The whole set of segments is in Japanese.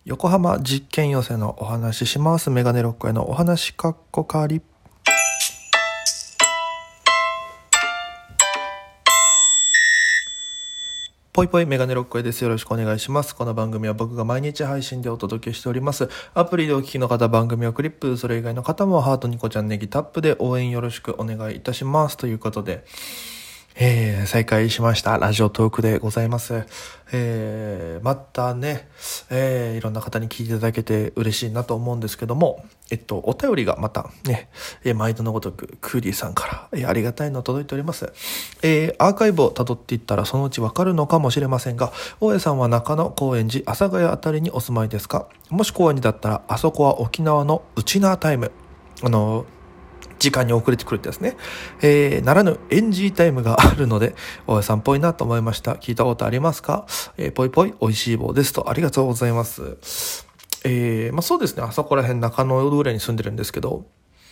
横浜実験寄せのお話します。メガネロックへのお話かっこかり。ぽいぽいメガネロックへです。よろしくお願いします。この番組は僕が毎日配信でお届けしております。アプリでお聞きの方、番組をクリップ、それ以外の方もハートニコちゃんネギタップで応援よろしくお願いいたします。ということで、再開しましたラジオトークでございます。またね、いろんな方に聞いていただけて嬉しいなと思うんですけども、お便りがまたね、毎度のごとくクーリーさんから、ありがたいの届いております。アーカイブを辿っていったらそのうちわかるのかもしれませんが、大家さんは中野、高円寺、阿佐ヶ谷あたりにお住まいですか？もし高円寺だったら、あそこは沖縄のウチナータイム。時間に遅れてくるってやつね。ならぬエンジータイムがあるので、大家さんっぽいなと思いました。聞いたことありますか？ぽいぽい美味しい棒ですと、ありがとうございます。そうですね、あそこら辺中野ぐらいに住んでるんですけど、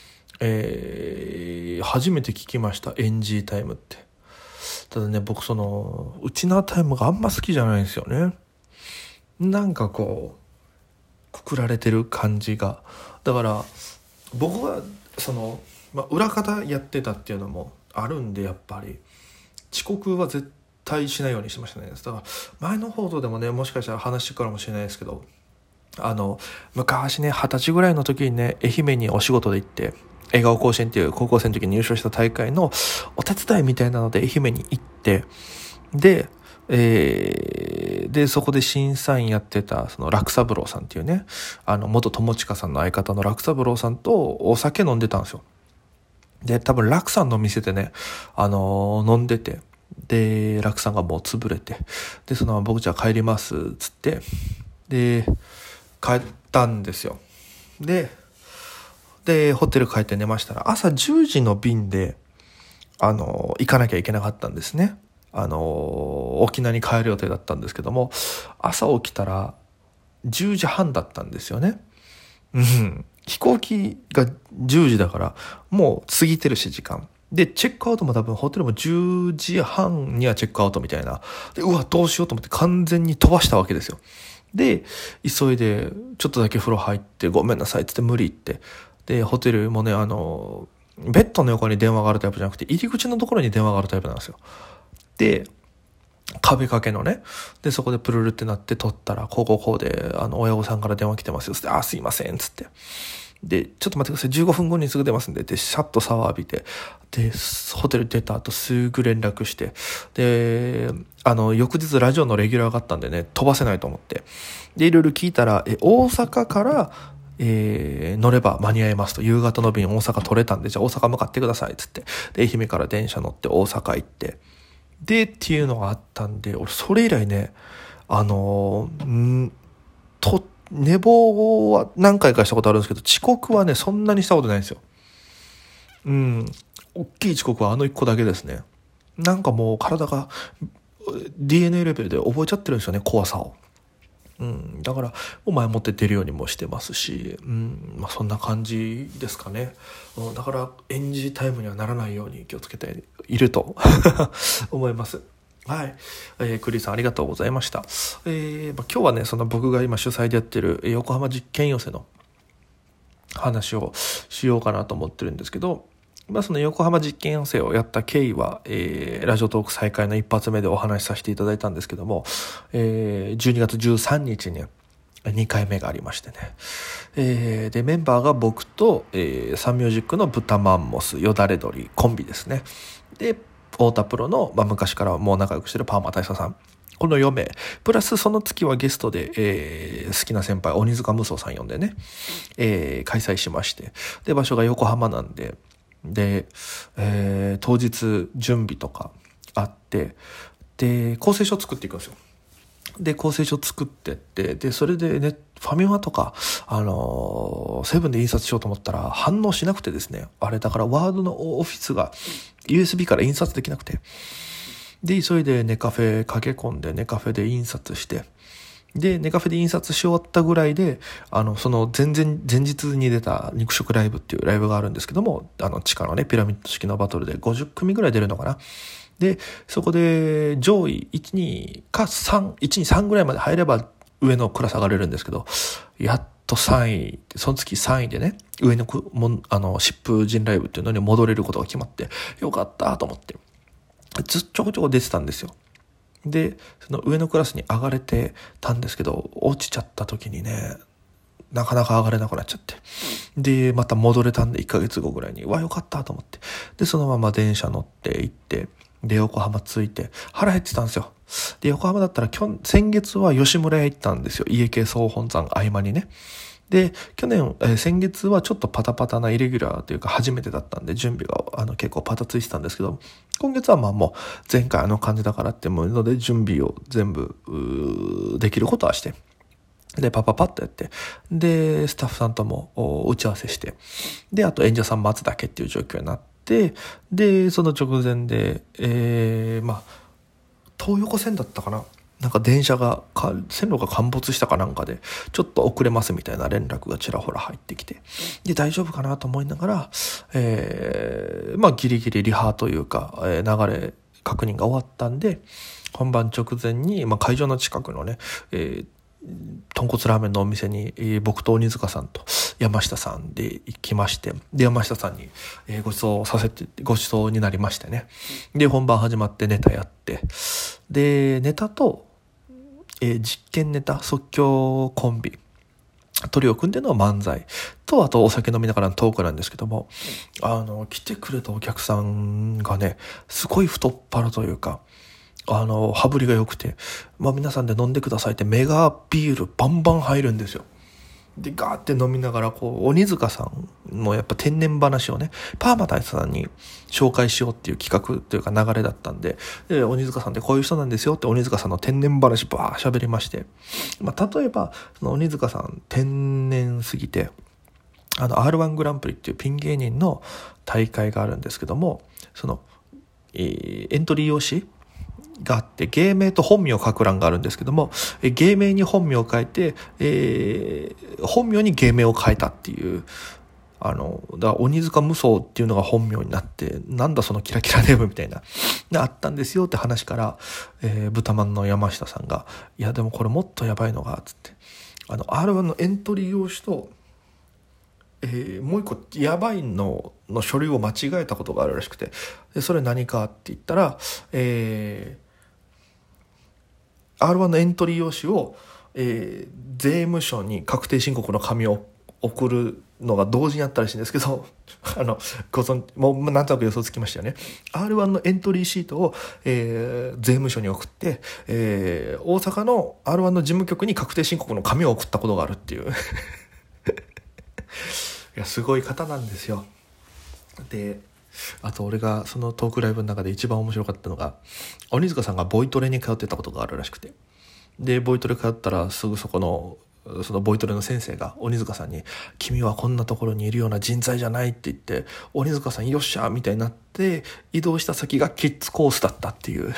初めて聞きました、エンジータイムって。ただね、僕ウチナータイムがあんま好きじゃないんですよね。なんかこう、くくられてる感じが。だから、僕は裏方やってたっていうのもあるんで、やっぱり遅刻は絶対しないようにしてましたね。だから前の放送でもね、もしかしたら話してくるかもしれないですけど、昔ね、20歳ぐらいの時にね、愛媛にお仕事で行って、笑顔甲子園っていう高校生の時に入賞した大会のお手伝いみたいなので愛媛に行って、で、そこで審査員やってた、楽三郎さんっていうね、元友近さんの相方の楽三郎さんとお酒飲んでたんですよ。で、多分楽さんの店でね、飲んでて、で、楽さんがもう潰れて、で、僕じゃあ帰ります、つって、で、帰ったんですよ。で、ホテル帰って寝ましたら、朝10時の便で、行かなきゃいけなかったんですね。沖縄に帰る予定だったんですけども、朝起きたら10時半だったんですよね。飛行機が10時だからもう過ぎてるし時間で、チェックアウトも多分ホテルも10時半にはチェックアウトみたいなで、うわどうしようと思って完全に飛ばしたわけですよ。で、急いでちょっとだけ風呂入って、ごめんなさいって言って無理言って、でホテルもね、ベッドの横に電話があるタイプじゃなくて入り口のところに電話があるタイプなんですよ。で、壁掛けのね。で、そこでプルルってなって取ったら、こうで、親御さんから電話来てますよ。つって、すいません。つって。で、ちょっと待ってください。15分後にすぐ出ますんで。で、シャッとシャワー浴びて。で、ホテル出た後すぐ連絡して。で、翌日ラジオのレギュラーがあったんでね、飛ばせないと思って。で、いろいろ聞いたら、大阪から、乗れば間に合いますと。夕方の便大阪取れたんで、じゃあ大阪向かってください。つって。で、愛媛から電車乗って大阪行って。でっていうのがあったんで、俺それ以来ね、寝坊は何回かしたことあるんですけど、遅刻はねそんなにしたことないんですよ。大きい遅刻は1個だけですね。なんかもう体が DNA レベルで覚えちゃってるんですよね、怖さを。だから前もって出るようにもしてますし、そんな感じですかね。だからエンジタイムにはならないように気をつけていると思います。はい、クリーさんありがとうございました。今日はね、僕が今主催でやってる横浜実験寄せの話をしようかなと思ってるんですけど、その横浜実験寄せをやった経緯は、ラジオトーク再開の一発目でお話しさせていただいたんですけども、12月13日に2回目がありましてね。で、メンバーが僕と、サンミュージックのブタマンモス、よだれ鶏コンビですね。で、太田プロの、昔からもう仲良くしてるパーマ大佐さん。この4名。プラスその月はゲストで、好きな先輩、鬼塚無双さん呼んでね、開催しまして。で、場所が横浜なんで、当日準備とかあって、で、構成書作っていくんですよ。で、構成書作ってって、で、それでね、ファミマとか、セブンで印刷しようと思ったら反応しなくてですね、あれだからワードのオフィスが USB から印刷できなくて、で、急いでネカフェ駆け込んで、ネカフェで印刷して、で、ネカフェで印刷し終わったぐらいで、前日に出た肉食ライブっていうライブがあるんですけども、地下のね、ピラミッド式のバトルで50組ぐらい出るのかな。で、そこで上位1、2か3、1、2、3ぐらいまで入れば上のクラス上がれるんですけど、やっと3位、その月3位でね、上の疾風陣ライブっていうのに戻れることが決まって、よかったと思って、ちょこちょこ出てたんですよ。で、その上のクラスに上がれてたんですけど、落ちちゃった時にね、なかなか上がれなくなっちゃって。で、また戻れたんで1ヶ月後ぐらいに、よかったと思って。で、そのまま電車乗って行って、で、横浜着いて、腹減ってたんですよ。で、横浜だったら先月は吉村屋行ったんですよ。家系総本山合間にね。で、先月はちょっとパタパタなイレギュラーというか初めてだったんで、準備が結構パタついてたんですけど、今月はまあもう前回感じだからって思うので、準備を全部できることはして、で、パッとやって、で、スタッフさんとも打ち合わせして、で、あと演者さん待つだけっていう状況になって、で、その直前で、東横線だったかな、なんか電車が線路が陥没したかなんかでちょっと遅れますみたいな連絡がちらほら入ってきて、で大丈夫かなと思いながら、ギリギリリハというか、流れ確認が終わったんで、本番直前に、会場の近くのね、豚骨ラーメンのお店に、僕と鬼塚さんと山下さんで行きまして、で山下さんに、ご馳走になりましてね。で本番始まってネタやって、でネタと、実験ネタ即興コンビトリを組んでの漫才と、あとお酒飲みながらのトークなんですけども、来てくれたお客さんがね、すごい太っ腹というか、羽振りが良くて、皆さんで飲んでくださいってメガビールバンバン入るんですよ。でガーって飲みながら、鬼塚さんのやっぱ天然話をね、パーマ大佐さんに紹介しようっていう企画というか流れだったんで、鬼塚さんってこういう人なんですよって鬼塚さんの天然話バー喋りまして、例えばその鬼塚さん天然すぎて、R1 グランプリっていうピン芸人の大会があるんですけども、その、エントリー用紙があって、芸名と本名を書く欄があるんですけども、芸名に本名を書いて、本名に芸名を変えたっていう、だから鬼塚無双っていうのが本名になって、なんだそのキラキラネームみたいなあったんですよって話から、豚まんの山下さんが、いやでもこれもっとやばいのがつって、R1 のエントリー用紙と、もう一個やばいの書類を間違えたことがあるらしくて、でそれ何かって言ったら、R1 のエントリー用紙を、税務署に確定申告の紙を送るのが同時にあったらしいんですけど、もうなんとなく予想つきましたよね。R1 のエントリーシートを、税務署に送って、大阪の R1 の事務局に確定申告の紙を送ったことがあるっていういやすごい方なんですよ。で、あと俺がそのトークライブの中で一番面白かったのが、鬼塚さんがボイトレに通ってたことがあるらしくて、でボイトレ通ったらすぐそのボイトレの先生が鬼塚さんに、君はこんなところにいるような人材じゃないって言って、鬼塚さんよっしゃみたいになって移動した先がキッズコースだったっていう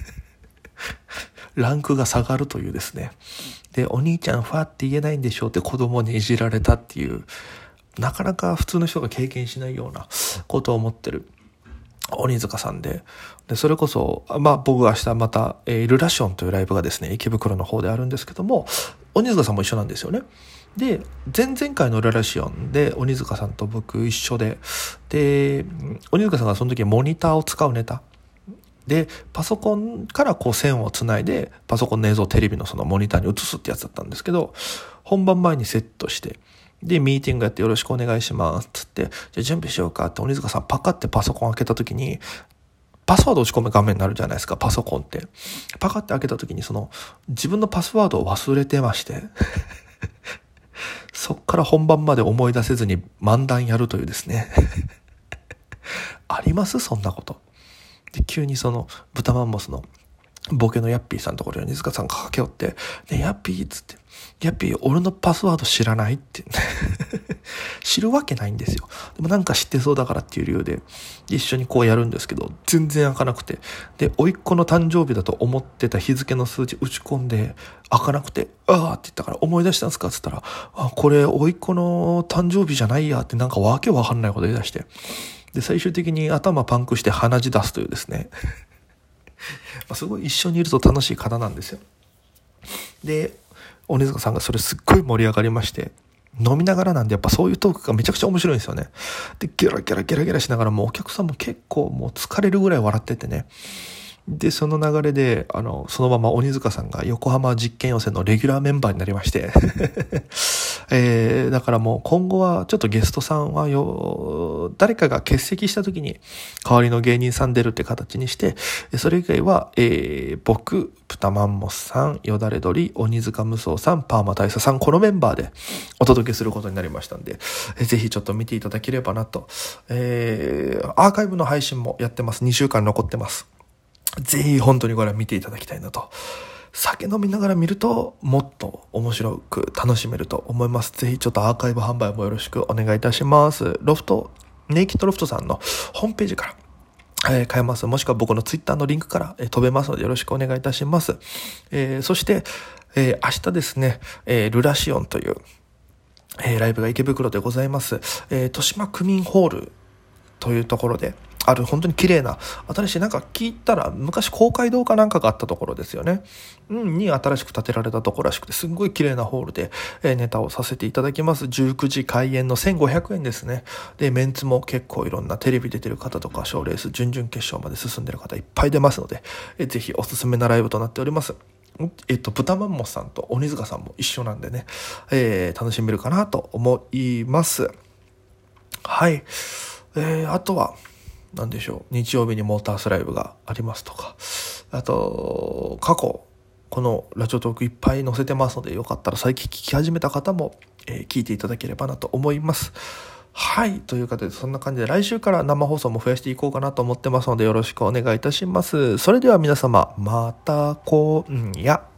ランクが下がるというですね。でお兄ちゃんファって言えないんでしょうって子供にいじられたっていう、なかなか普通の人が経験しないようなことを思ってる鬼塚さんで、それこそ、僕が明日また、ルラションというライブがですね、池袋の方であるんですけども、鬼塚さんも一緒なんですよね。で、前々回のルラシオンで鬼塚さんと僕一緒で、鬼塚さんがその時モニターを使うネタ。で、パソコンから線をつないで、パソコンの映像をテレビのそのモニターに映すってやつだったんですけど、本番前にセットして、で、ミーティングやってよろしくお願いしますつって、じゃあ準備しようかって鬼塚さんパカってパソコン開けた時に、パスワード打ち込む画面になるじゃないですか、パソコンって。パカって開けた時に自分のパスワードを忘れてまして、そっから本番まで思い出せずに漫談やるというですね。ありますそんなこと。で、急に豚マンモスのボケのヤッピーさんのところに鬼塚さんが駆け寄って、ね、ヤッピーっつって、ヤッピー俺のパスワード知らないって知るわけないんですよ。でもなんか知ってそうだからっていう理由で一緒にやるんですけど、全然開かなくて、で甥っ子の誕生日だと思ってた日付の数字打ち込んで開かなくて、あーって言ったから、思い出したんですかっつったら、これ甥っ子の誕生日じゃないやって、なんかわけわかんないこと言い出して、で最終的に頭パンクして鼻血出すというですねすごい一緒にいると楽しい方なんですよ。で鬼塚さんがそれすっごい盛り上がりまして、飲みながらなんでやっぱそういうトークがめちゃくちゃ面白いんですよね。で、ゲラゲラゲラゲラしながらもうお客さんも結構もう疲れるぐらい笑っててね。で、その流れで、そのまま鬼塚さんが横浜実験予選のレギュラーメンバーになりましてだからもう今後はちょっとゲストさんは誰かが欠席した時に代わりの芸人さん出るって形にして、それ以外は、僕、プタマンモスさん、よだれ鳥、鬼塚無双さん、パーマ大佐さん、このメンバーでお届けすることになりましたんで、ぜひちょっと見ていただければなと。アーカイブの配信もやってます。2週間残ってます。ぜひ本当にこれは見ていただきたいなと。酒飲みながら見るともっと面白く楽しめると思います。ぜひちょっとアーカイブ販売もよろしくお願いいたします。ネイキッドロフトさんのホームページから、買えます。もしくは僕のツイッターのリンクから、飛べますのでよろしくお願いいたします。そして、明日ですね、ルラシオンという、ライブが池袋でございます。豊島区民ホールというところである本当に綺麗な新しい、なんか聞いたら昔公会堂かなんかがあったところですよね、に新しく建てられたところらしくて、すんごい綺麗なホールで、ネタをさせていただきます。19時開演の1500円ですね。でメンツも結構いろんなテレビ出てる方とか賞レース準々決勝まで進んでる方いっぱい出ますので、ぜひおすすめなライブとなっております。豚マンモスさんと鬼塚さんも一緒なんでね、楽しめるかなと思います。はい。あとは何でしょう、日曜日にモータースライブがありますとか、あと過去このラジオトークいっぱい載せてますので、よかったら最近聞き始めた方も、聞いていただければなと思います。はい、ということでそんな感じで来週から生放送も増やしていこうかなと思ってますので、よろしくお願いいたします。それでは皆様、また今夜。